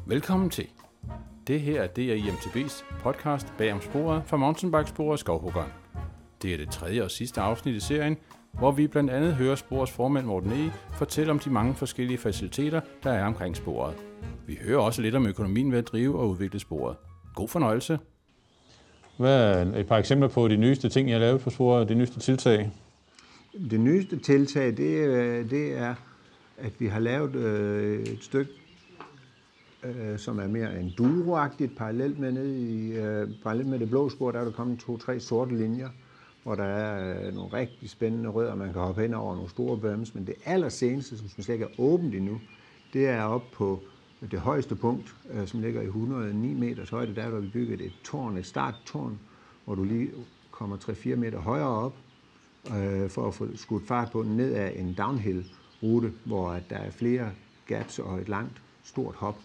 Velkommen til. Det her det er IMTB's podcast bag om sporet for mountainbikesporet Skovhuggeren. Det er det tredje og sidste afsnit i serien, hvor vi blandt andet hører sporets formand Morten Ege fortælle om de mange forskellige faciliteter, der er omkring sporet. Vi hører også lidt om økonomien ved at drive og udvikle sporet. God fornøjelse. Hvad er et par eksempler på de nyeste ting, I har lavet på sporet, de nyeste tiltag? Det nyeste tiltag, det er, at vi har lavet et stykke, som er mere enduro-agtigt, parallelt med det blå spor, der er der kommet 2-3 sorte linjer, hvor der er nogle rigtig spændende rødder, man kan hoppe hen over nogle store bumps, men det allerseneste, som slet ikke er åbent endnu, det er oppe på det højeste punkt, som ligger i 109 meters højde. Der har vi bygget et tårn, et starttårn, hvor du lige kommer 3-4 meter højere op, for at få skudt fart på ned ad en downhill-rute, hvor der er flere gaps og et langt, stort hop,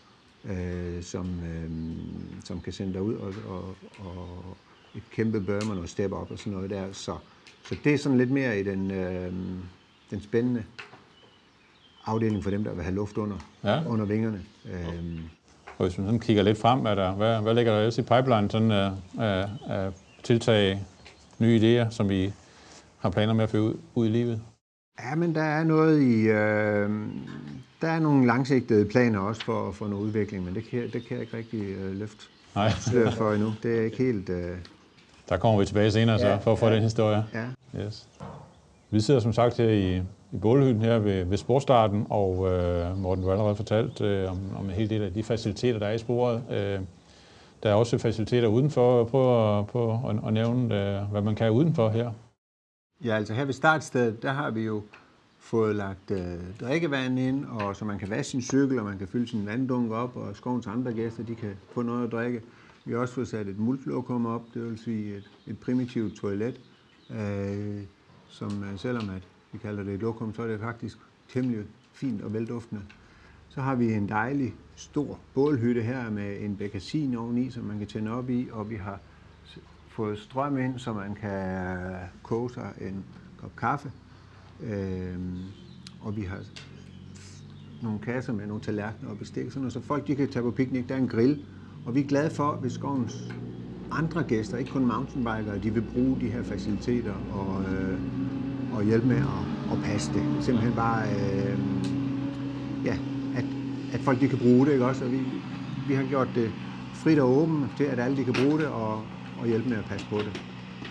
som kan sende dig ud og et kæmpe berm og noget step op og sådan noget der. Så det er sådan lidt mere i den spændende afdeling for dem, der vil have luft under vingerne. Og hvis man sådan kigger lidt frem, hvad ligger der ellers i pipeline sådan af tiltag, nye idéer, som vi har planer med at føre ud i livet? Ja, men der er noget der er nogle langsigtede planer også for noget udvikling, men det kan jeg ikke rigtig løfte for endnu. Det er ikke helt... Der kommer vi tilbage senere så, for at få den historie. Ja. Yes. Vi sidder som sagt her i bålhytten her ved Sportstarten, og Morten, du har allerede fortalt om en hel del af de faciliteter, der er i sporet. Der er også faciliteter udenfor. Prøv at nævne, hvad man kan udenfor her. Ja, altså her ved startstedet, der har vi jo fået lagt drikkevand ind, og så man kan vaske sin cykel, og man kan fylde sin vanddunk op, og skovens andre gæster, de kan få noget at drikke. Vi har også fået sat et multlokum op, det vil sige et primitivt toilet, som selvom at vi kalder det et lokum, så er det faktisk temmelig fint og velduftende. Så har vi en dejlig stor bålhytte her med en bekassin oveni, som man kan tænde op i, og vi har fået strøm ind, så man kan koge sig en kop kaffe. Og vi har nogle kasser med nogle tallerkener og bestik, så folk de kan tage på piknik. Der er en grill, og vi er glade for, hvis skovens andre gæster, ikke kun mountainbikere, de vil bruge de her faciliteter og hjælpe med at passe det. Simpelthen bare, at folk de kan bruge det, ikke også? Og vi har gjort det frit og åbent til, at alle de kan bruge det og hjælpe med at passe på det.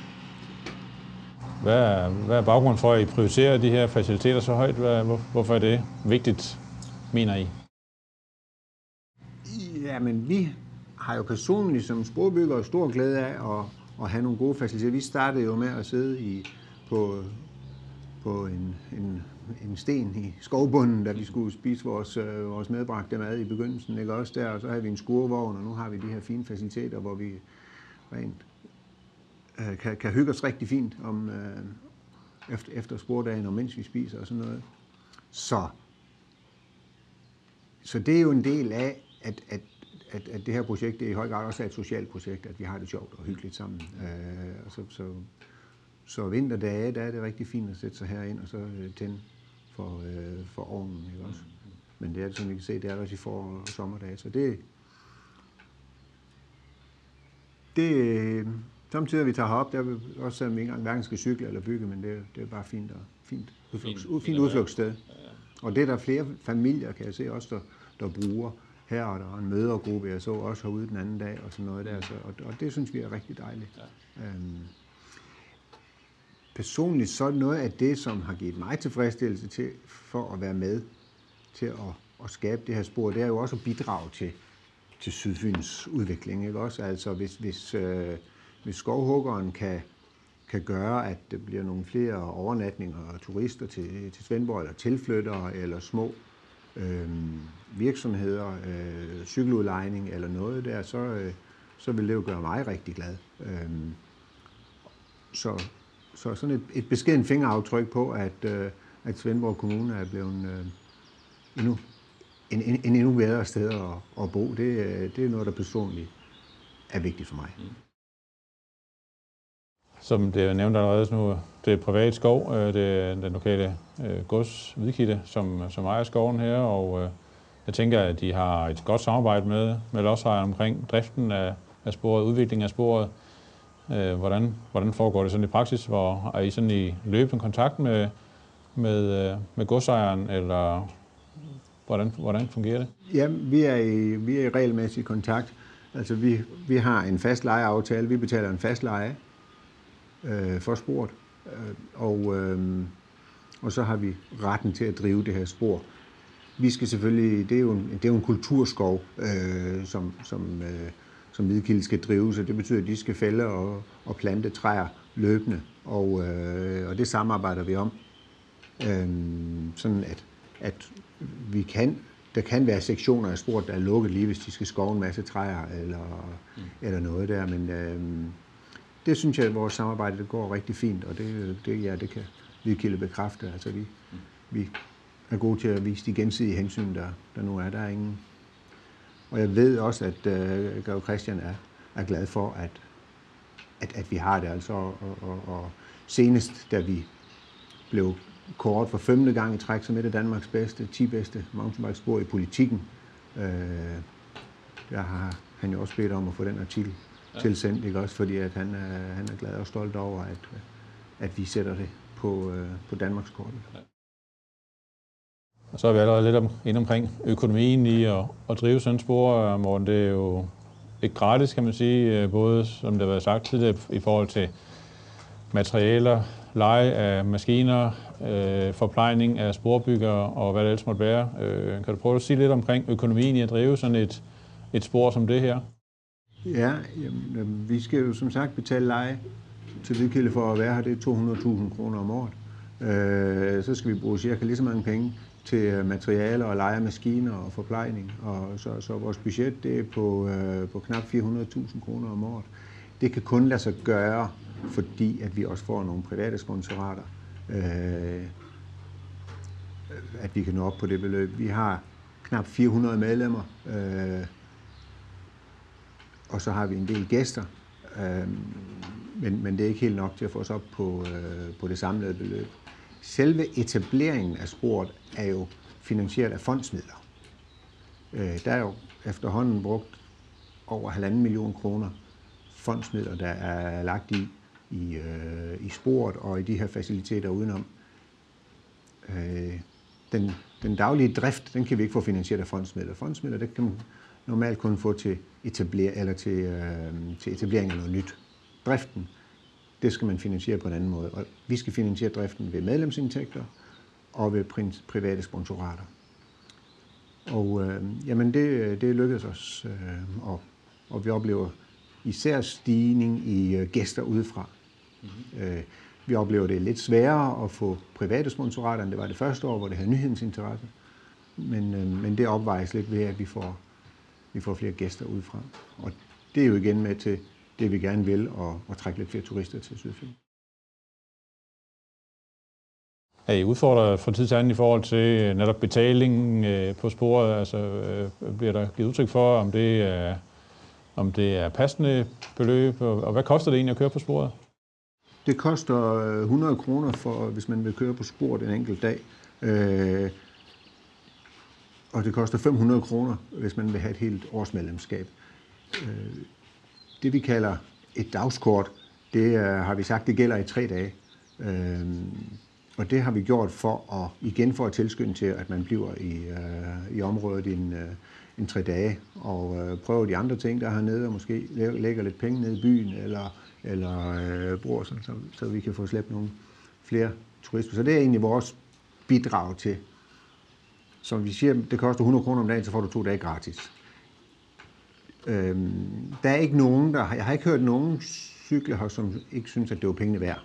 Hvad er baggrunden for, at I prioriterer de her faciliteter så højt? Hvorfor er det vigtigt, mener I? Jamen, vi har jo personligt som sporbyggere stor glæde af at have nogle gode faciliteter. Vi startede jo med at sidde på en sten i skovbunden, da vi skulle spise vores medbragte mad i begyndelsen, ikke også der, og så havde vi en skurvogn, og nu har vi de her fine faciliteter, hvor vi rent kan hygge os rigtig fint efter spordagen, og mens vi spiser og sådan noget. Så det er jo en del af, at det her projekt det er i høj grad også er et socialt projekt, at vi har det sjovt og hyggeligt sammen. Så vinterdage, der er det rigtig fint at sætte sig herind og så tænde for ovnen, ikke også? Men det er det, som vi kan se, det er også i forår og sommerdage, så det samtidig vi tager herop, der er også selvom vi ikke engang hverken skal cykle eller bygge, men det er bare fint udflugtssted. Og det er der flere familier, kan jeg se, også der bruger her, og der er en mødergruppe, jeg så også herude den anden dag, og sådan noget der, og det synes vi er rigtig dejligt. Ja. Personligt så er noget af det, som har givet mig tilfredsstillelse til, for at være med til at skabe det her spor, det er jo også at bidrage til Sydfyns udvikling, ikke også? Altså hvis skovhuggeren kan gøre, at det bliver nogle flere overnatninger og turister til Svendborg, eller tilflyttere, eller små virksomheder, cykeludlejning eller noget der, så vil det jo gøre mig rigtig glad. Så sådan et beskedent fingeraftryk på, at Svendborg Kommune er blevet en endnu bedre sted at bo, det er noget, der personligt er vigtigt for mig. Som det er nævnt allerede nu, det er privat skov, det er den lokale gods Hvidkilde, som ejer skoven her, og Jeg tænker, at de har et godt samarbejde med lodsejere omkring driften af sporet, udviklingen af sporet. Hvordan foregår det sådan i praksis? Hvor er I sådan i løbende kontakt med godsejeren, eller hvordan fungerer det? Ja, vi er i regelmæssig kontakt. Altså vi har en fast lejeaftale. Vi betaler en fast leje for sporet, og så har vi retten til at drive det her spor. Vi skal selvfølgelig, det er jo en kulturskov, som Hvidkilde skal drive, så det betyder, at de skal fælde og plante træer løbende, og det samarbejder vi om, sådan at der kan være sektioner af sporet, der er lukket lige, hvis de skal skove en masse træer eller noget der, men det synes jeg, at vores samarbejde det går rigtig fint, og det kan Hvidkilde bekræfte. Altså vi er gode til at vise de gensidige hensyn, der nu er. Der er ingen. Og jeg ved også, at Greve Christian er glad for, at vi har det. Altså, og senest, da vi blev kåret for 5. gang i træk som et af Danmarks 10 bedste mountainbikespor i Politikken, der har han jo også bedt om at få den artikel tilsendt, ikke også, fordi at han er glad og stolt over, at vi sætter det på Danmarkskortet. Og så er vi allerede lidt inde omkring økonomien i at drive sådan et spor, Morten. Det er jo ikke gratis, kan man sige, både som det har været sagt tidligere i forhold til materialer, leje af maskiner, forplejning af sporbyggere og hvad det ellers måtte være. Kan du prøve at sige lidt omkring økonomien i at drive sådan et spor som det her? Ja, jamen, vi skal jo som sagt betale leje til Hvidkilde for at være her. Det er 200.000 kroner om året. Så skal vi bruge cirka lige så mange penge til materialer og leje af maskiner og forplejning. Og så vores budget det er på knap 400.000 kroner om året. Det kan kun lade sig gøre, fordi at vi også får nogle private sponsorater, at vi kan nå op på det beløb. Vi har knap 400 medlemmer, og så har vi en del gæster, men det er ikke helt nok til at få os op på det samlede beløb. Selve etableringen af sporet er jo finansieret af fondsmidler. Der er jo efterhånden brugt over 1,5 million kroner fondsmidler, der er lagt i sporet og i de her faciliteter udenom. Den daglige drift, den kan vi ikke få finansieret af fondsmidler. Fondsmidler, det kan man normalt kun få til etablering af noget nyt. Driften, det skal man finansiere på en anden måde. Og vi skal finansiere driften ved medlemsindtægter og ved private sponsorater. Og jamen det lykkedes os, og vi oplever især stigning i gæster udefra. Vi oplever det lidt sværere at få private sponsorater, end det var det første år, hvor det havde nyhedens interesse. Men det opvejes lidt ved, at vi får flere gæster udefra. Og det er jo igen med til det, vi gerne vil, og trække lidt flere turister til Sydfyn. Er I udfordret fra tid til anden i forhold til netop betalingen på sporet? Altså, bliver der givet udtryk for, om det er passende beløb, og hvad koster det egentlig at køre på sporet? Det koster 100 kroner, hvis man vil køre på sporet en enkelt dag. Og det koster 500 kroner, hvis man vil have et helt årsmedlemskab. Det vi kalder et dagskort, det har vi sagt, det gælder i 3 dage. Og det har vi gjort for at tilskynde til, at man bliver i området en 3 dage og prøver de andre ting, der er hernede, og måske lægger lidt penge ned i byen, eller bruger sådan, så vi kan få slæbt nogle flere turister. Så det er egentlig vores bidrag til. Som vi siger, det koster 100 kroner om dagen, så får du 2 dage gratis. Der er ikke nogen, jeg har ikke hørt nogen cykler her, som ikke synes, at det var pengene værd.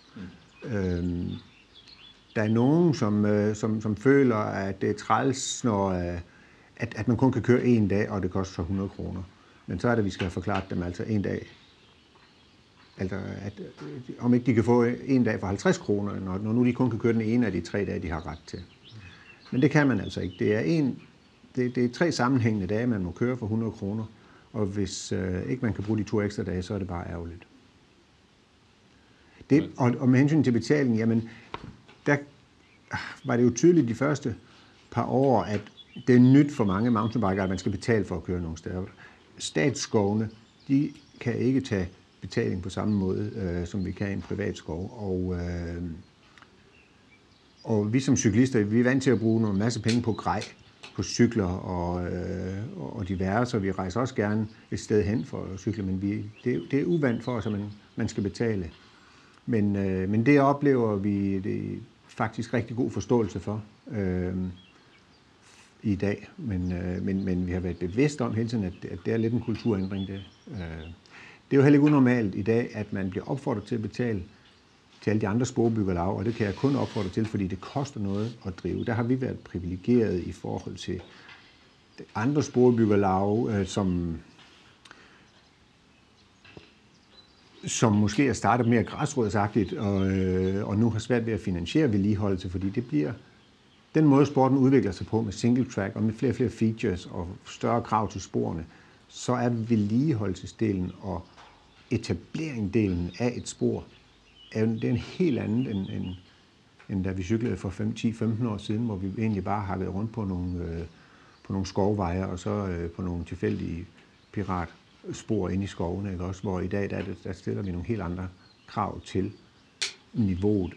Der er nogen, som føler, at det er træls, når at man kun kan køre 1 dag, og det koster 100 kroner. Men så er det, at vi skal have forklaret dem altså 1 dag. Altså, om ikke de kan få 1 dag for 50 kroner, når nu de kun kan køre den ene af de 3 dage, de har ret til. Men det kan man altså ikke. Det er 3 sammenhængende dage, man må køre for 100 kroner. Og hvis ikke man kan bruge de 2 ekstra dage, så er det bare ærgerligt. Og med hensyn til betaling, jamen, der var det jo tydeligt de første par år, det er nyt for mange mountainbikere, at man skal betale for at køre nogle steder. Statsskovene, de kan ikke tage betaling på samme måde, som vi kan i en privat skov. Og vi som cyklister, vi er vant til at bruge en masse penge på grej, på cykler og diverse, og vi rejser også gerne et sted hen for at cykle, men det er uvant for os, at man skal betale. Men det oplever vi det faktisk rigtig god forståelse for i dag. Men vi har været bevidst om hele tiden, at det er lidt en kulturændring. Det er jo heller ikke unormalt i dag, at man bliver opfordret til at betale til alle de andre sporbyggerlag, og det kan jeg kun opfordre til, fordi det koster noget at drive. Der har vi været privilegeret i forhold til andre sporbyggerlag, som måske er startet mere græsrodsagtigt, og nu har svært ved at finansiere vedligeholdelse, fordi det bliver den måde, sporten udvikler sig på med single track og med flere og flere features og større krav til sporene, så er vedligeholdelsesdelen og etableringsdelen af et spor, det er en helt anden, end da vi cyklede for 10-15 år siden, hvor vi egentlig bare har været rundt på nogle skovveje og så på nogle tilfældige piratspor inde i skovene, ikke også? Hvor i dag der stiller vi nogle helt andre krav til niveauet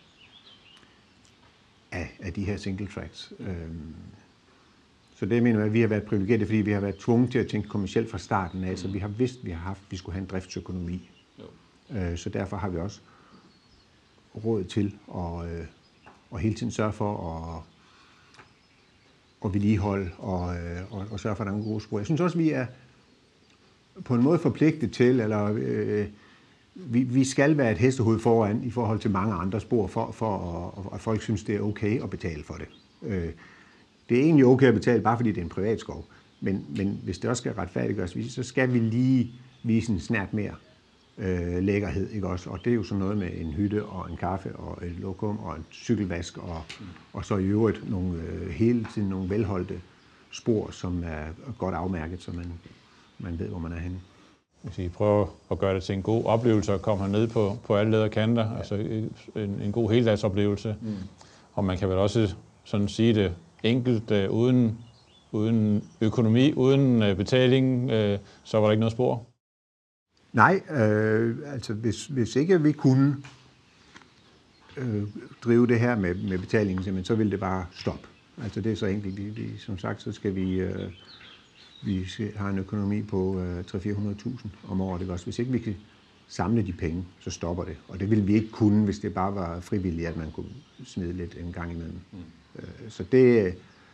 af de her single tracks. Så det mener jeg, at vi har været privilegeret, fordi vi har været tvunget til at tænke kommercielt fra starten af, så vi har vidst, at vi skulle have en driftsøkonomi. Så derfor har vi også råd til at hele tiden sørge for at vedligeholde og sørge for, at der er en god spor. Jeg synes også, at vi er på en måde forpligtet til, eller vi skal være et hestehoved foran i forhold til mange andre spor, for at folk synes, det er okay at betale for det. Det er egentlig okay at betale, bare fordi det er en privat skov. Men hvis det også skal retfærdiggøres, så skal vi lige vise en snert mere lækkerhed, ikke også? Og det er jo sådan noget med en hytte og en kaffe og et lokum og en cykelvask og så i øvrigt hele tiden nogle velholdte spor, som er godt afmærket, så man ved, hvor man er henne. Hvis I prøver at gøre det til en god oplevelse og komme herned på alle leder kanter, altså en god heldagsoplevelse. Og man kan vel også sådan sige det enkelt, uden økonomi, uden betaling, så var der ikke noget spor. Nej, altså hvis ikke vi kunne drive det her med betalingen, så ville det bare stoppe. Altså det er så enkelt. Som sagt, så skal vi har en økonomi på 300-400.000 om året. Ikke også? Hvis ikke vi kan samle de penge, så stopper det. Og det ville vi ikke kunne, hvis det bare var frivilligt, at man kunne smide lidt en gang imellem. Så det...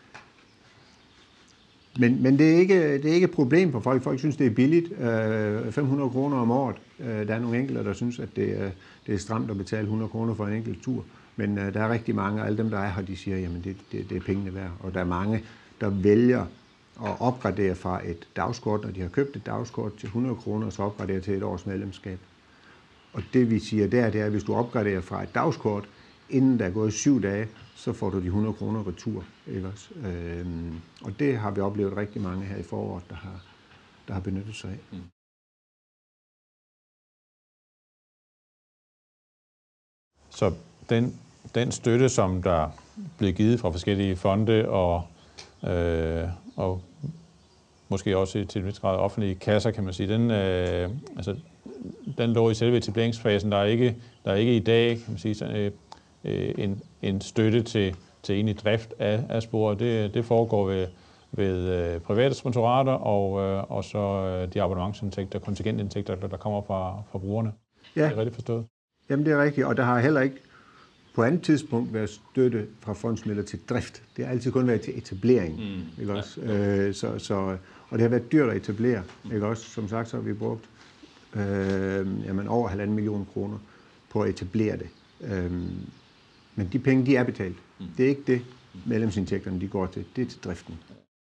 Men det er ikke et problem for folk. Folk synes, det er billigt. 500 kroner om året. Der er nogle enkelte, der synes, at det er stramt at betale 100 kroner for en enkelt tur. Men der er rigtig mange, og alle dem, der er her, de siger, jamen det er pengene værd. Og der er mange, der vælger at opgradere fra et dagskort, når de har købt et dagskort til 100 kroner, og så opgradere til et års medlemskab. Og det vi siger der, det er, at hvis du opgraderer fra et dagskort, inden der er gået 7 dage, så får du de 100 kroner retur. Ikke også? Og det har vi oplevet rigtig mange her i foråret, der har benyttet sig af. Så den støtte, som der blev givet fra forskellige fonde og måske også til en vis grad offentlige kasser, kan man sige, den lå i selve etableringsfasen. Der er ikke i dag, kan man sige, en støtte til egentlig drift af sporet. Det foregår ved private sponsorater og så de abonnementsindtægter, kontingentindtægter, der kommer fra brugerne. Ja. Det er rigtigt forstået? Jamen det er rigtigt, og der har heller ikke på andet tidspunkt været støtte fra fondsmidler til drift. Det har altid kun været til etablering. Ikke også? Og det har været dyrt at etablere. Ikke også? Som sagt, så har vi brugt over 1,5 million kroner på at etablere det. Men de penge, de er betalt. Det er ikke det, medlemsindtægterne de går til. Det er til driften.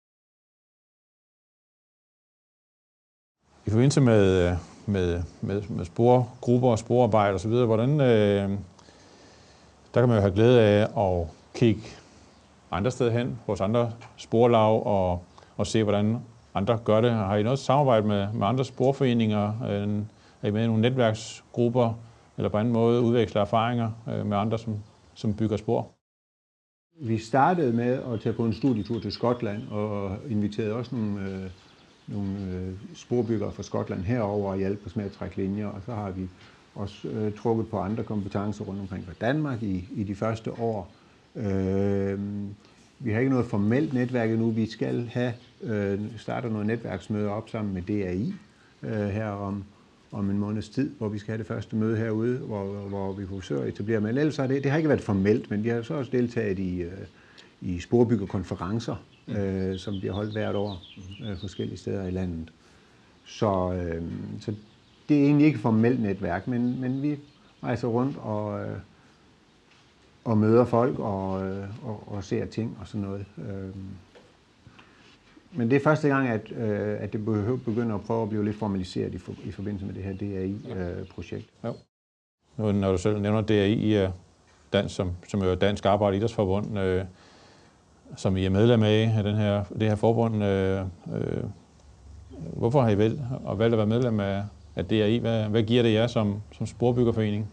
I forbindelse med sporgrupper og sporarbejde osv., hvordan der kan man jo have glæde af at kigge andre steder hen, hos andre sporlag, og se, hvordan andre gør det. Har I noget samarbejde med andre sporforeninger? Er I med i nogle netværksgrupper, eller på anden måde udveksler erfaringer med andre, som bygger spor? Vi startede med at tage på en studietur til Skotland og inviterede også nogle sporbyggere fra Skotland herover og hjælpe os med at trække linjer. Og så har vi også trukket på andre kompetencer rundt omkring fra Danmark i de første år. Vi har ikke noget formelt netværk endnu. Vi skal starte noget netværksmøde op sammen med DAI her om en måneds tid, hvor vi skal have det første møde herude, hvor vi forsøger at etablere. Men ellers har det har ikke været formelt, men vi har så også deltaget i sporbyggerkonferencer, som bliver holdt hvert år forskellige steder i landet. Så det er egentlig ikke et formelt netværk, men vi rejser rundt og møder folk og ser ting og sådan noget. Men det er første gang, at det begynder at prøve at blive lidt formaliseret i forbindelse med det her DAI-projekt. Ja. Nu, når du selv nævner DAI, som er Dansk Arbejder- og Idrætsforbund, som I er medlem af det her forbund, hvorfor har I valgt at være medlem af DAI? Hvad giver det jer som sporbyggerforening?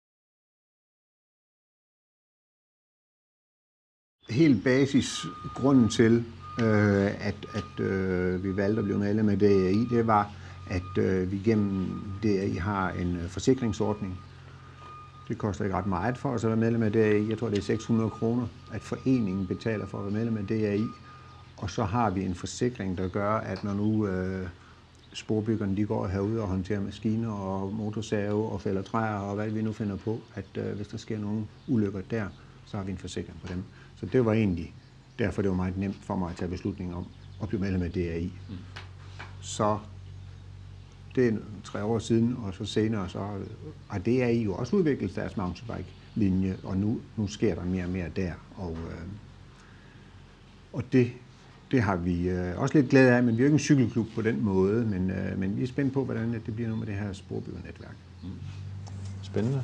Helt basis grunden til, at vi valgte at blive medlem af DAI, det var, at vi gennem DAI har en forsikringsordning. Det koster ikke ret meget for os at være medlem af DAI. Jeg tror, det er 600 kroner, at foreningen betaler for at være medlem af DAI. Og så har vi en forsikring, der gør, at når nu sporbyggerne de går herude og håndterer maskiner og motorsave og fælder træer og hvad vi nu finder på, at hvis der sker nogle ulykker der, så har vi en forsikring på dem. Så det var egentlig derfor, det var meget nemt for mig at tage beslutningen om at blive medlem af DAI. Så det er 3 år siden, og så senere så har DAI jo også udviklet deres mountainbike-linje, og nu sker der mere og mere der. Og det har vi også lidt glæde af, men vi er jo ikke en cykelklub på den måde, men vi er spændt på, hvordan det bliver nu med det her sporbyggernetværk. Spændende.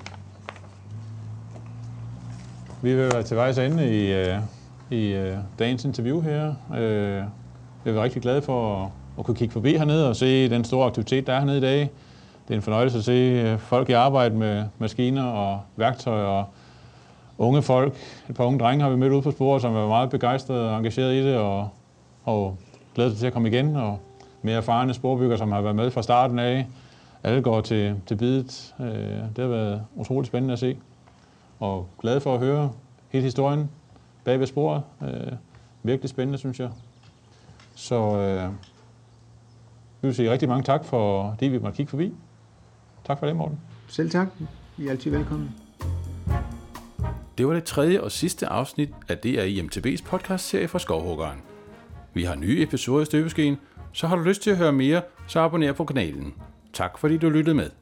Vi vil være til vejs ende i dagens interview her. Vi er rigtig glade for at kunne kigge forbi hernede og se den store aktivitet, der er hernede i dag. Det er en fornøjelse at se folk i arbejde med maskiner og værktøj og unge folk. Et par unge drenge har vi mødt ude på sporet, som er meget begejstrede og engageret i det og glæder sig til at komme igen. Og mere erfarne sporbyggere, som har været med fra starten af. Alle går til bidet. Det har været utroligt spændende at se. Og glad for at høre hele historien bag ved sporet. Virkelig spændende, synes jeg. Så vi vil sige rigtig mange tak for det, vi måtte kigge forbi. Tak for det, Morten. Selv tak. I er altid velkommen. Det var det 3. og sidste afsnit af DAI MTB's podcastserie fra Skovhuggeren. Vi har nye episoder i støbeskeen, så har du lyst til at høre mere, så abonner på kanalen. Tak fordi du lyttede med.